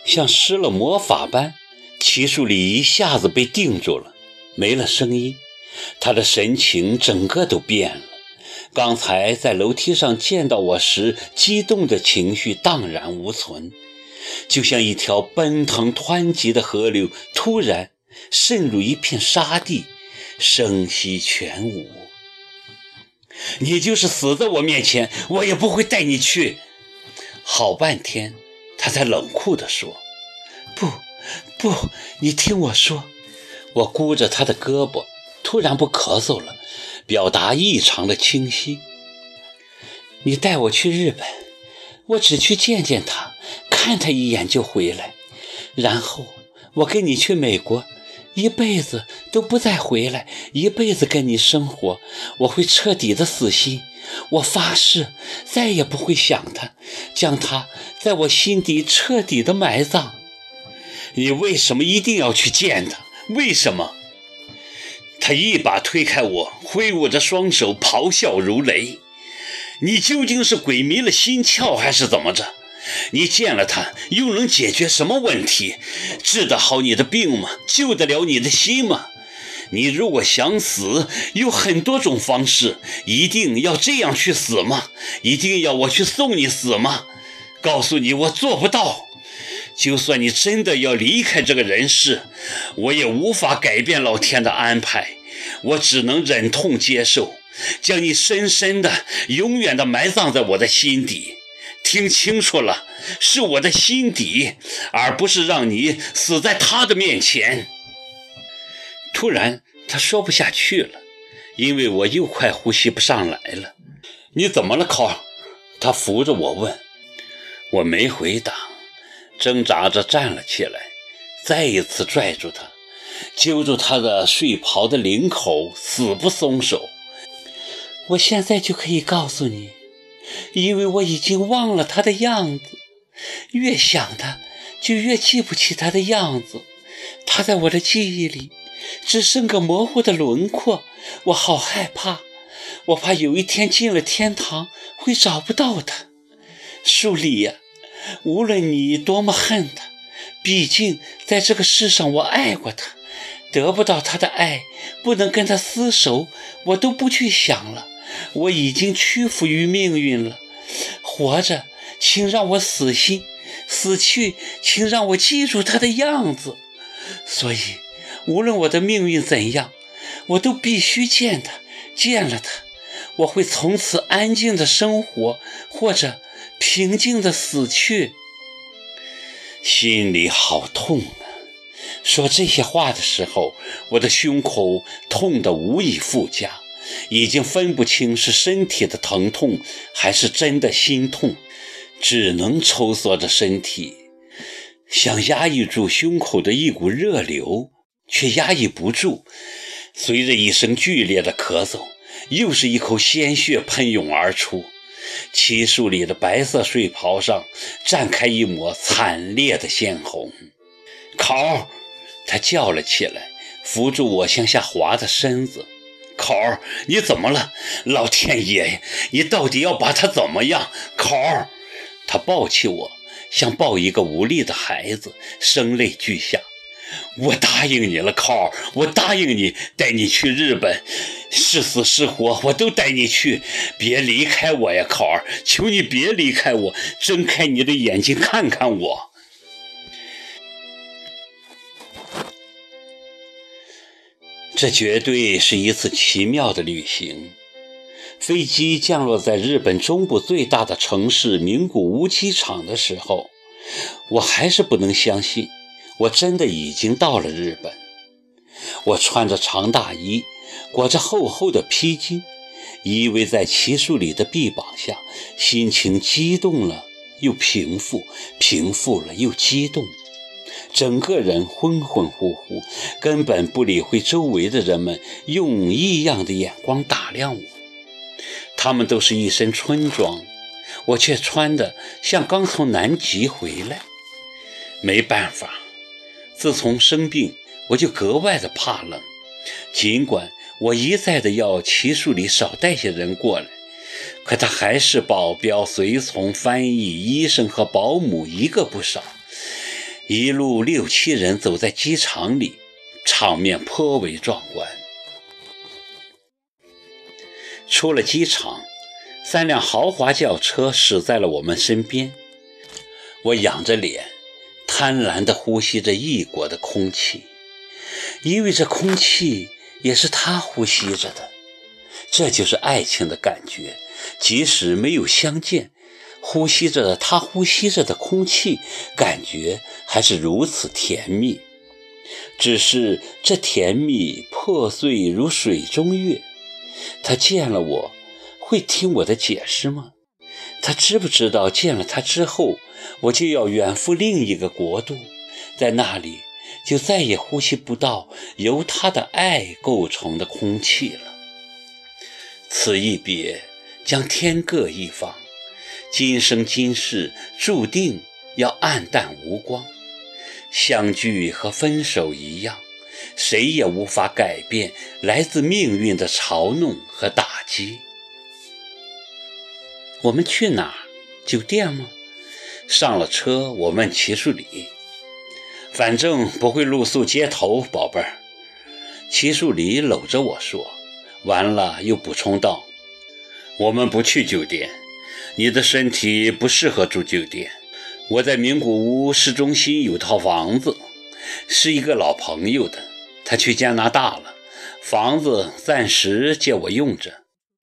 像施了魔法般，齐树礼一下子被定住了，没了声音，他的神情整个都变了。刚才在楼梯上见到我时激动的情绪荡然无存，就像一条奔腾湍急的河流突然渗入一片沙地，声息全无。你就是死在我面前，我也不会带你去。好半天他才冷酷地说，不，你听我说。我箍着他的胳膊，突然不咳嗽了，表达异常的清晰。你带我去日本，我只去见见他，看他一眼就回来，然后我跟你去美国，一辈子都不再回来，一辈子跟你生活，我会彻底的死心，我发誓再也不会想他，将他在我心底彻底的埋葬。你为什么一定要去见他？为什么？他一把推开我，挥舞着双手，咆哮如雷。你究竟是鬼迷了心窍还是怎么着？你见了他又能解决什么问题？治得好你的病吗？救得了你的心吗？你如果想死，有很多种方式，一定要这样去死吗？一定要我去送你死吗？告诉你，我做不到。就算你真的要离开这个人世，我也无法改变老天的安排，我只能忍痛接受，将你深深的、永远的埋葬在我的心底。听清楚了，是我的心底，而不是让你死在他的面前。突然他说不下去了，因为我又快呼吸不上来了。你怎么了，考尔？他扶着我问。我没回答，挣扎着站了起来，再一次拽住他，揪住他的睡袍的领口，死不松手。我现在就可以告诉你，因为我已经忘了他的样子，越想他就越记不起他的样子，他在我的记忆里只剩个模糊的轮廓，我好害怕，我怕有一天进了天堂会找不到他。树里呀，无论你多么恨他，毕竟在这个世上我爱过他，得不到他的爱，不能跟他厮守，我都不去想了，我已经屈服于命运了。活着请让我死心，死去请让我记住他的样子。所以无论我的命运怎样，我都必须见他，见了他，我会从此安静的生活，或者平静的死去。心里好痛啊！说这些话的时候，我的胸口痛得无以复加，已经分不清是身体的疼痛还是真的心痛，只能抽缩着身体，想压抑住胸口的一股热流，却压抑不住。随着一声剧烈的咳嗽，又是一口鲜血喷涌而出。漆树里的白色睡袍上绽开一抹惨烈的鲜红。考，他叫了起来，扶住我向下滑的身子。考，你怎么了？老天爷，你到底要把他怎么样？考，他抱起我，像抱一个无力的孩子，声泪俱下。我答应你了，考，我答应你，带你去日本，是死是活我都带你去，别离开我呀，考儿，求你别离开我，睁开你的眼睛看看我。这绝对是一次奇妙的旅行。飞机降落在日本中部最大的城市名古屋机场的时候，我还是不能相信我真的已经到了日本。我穿着长大衣，裹着厚厚的披巾，依偎在奇树里的臂膀下，心情激动了又平复，平复了又激动，整个人浑浑乎乎，根本不理会周围的人们用异样的眼光打量我。他们都是一身春装，我却穿得像刚从南极回来。没办法，自从生病我就格外的怕冷，尽管我一再的要奇树里少带些人过来，可他还是保镖、随从、翻译、医生和保姆一个不少。 一路6、7人走在机场里，场面颇为壮观。出了机场，3辆豪华轿车驶在了我们身边。我仰着脸，贪婪地呼吸着异国的空气，因为这空气也是他呼吸着的。这就是爱情的感觉，即使没有相见，呼吸着他呼吸着的空气，感觉还是如此甜蜜。只是这甜蜜破碎如水中月。他见了我，会听我的解释吗？他知不知道见了他之后，我就要远赴另一个国度，在那里就再也呼吸不到由他的爱构成的空气了。此一别，将天各一方，今生今世注定要黯淡无光。相聚和分手一样，谁也无法改变来自命运的嘲弄和打击。我们去哪儿？酒店吗？上了车，我问齐树礼。反正不会露宿街头，宝贝儿。齐树礼搂着我说，完了又补充道，我们不去酒店，你的身体不适合住酒店。我在名古屋市中心有套房子，是一个老朋友的，他去加拿大了，房子暂时借我用着。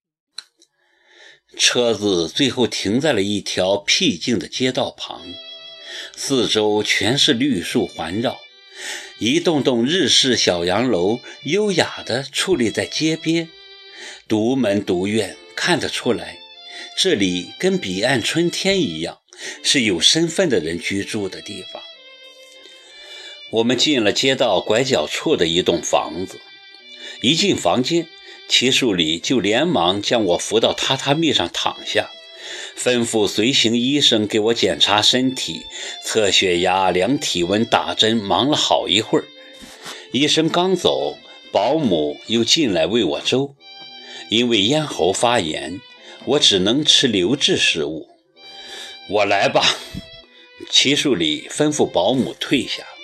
车子最后停在了一条僻静的街道旁，四周全是绿树环绕，一栋栋日式小洋楼优雅地矗立在街边，独门独院，看得出来，这里跟彼岸春天一样，是有身份的人居住的地方。我们进了街道拐角处的一栋房子，一进房间，齐树礼就连忙将我扶到榻榻米上躺下，吩咐随行医生给我检查身体，测血压、量体温、打针，忙了好一会儿。医生刚走，保姆又进来喂我粥。因为咽喉发炎，我只能吃流质食物。我来吧，齐树礼吩咐保姆退下。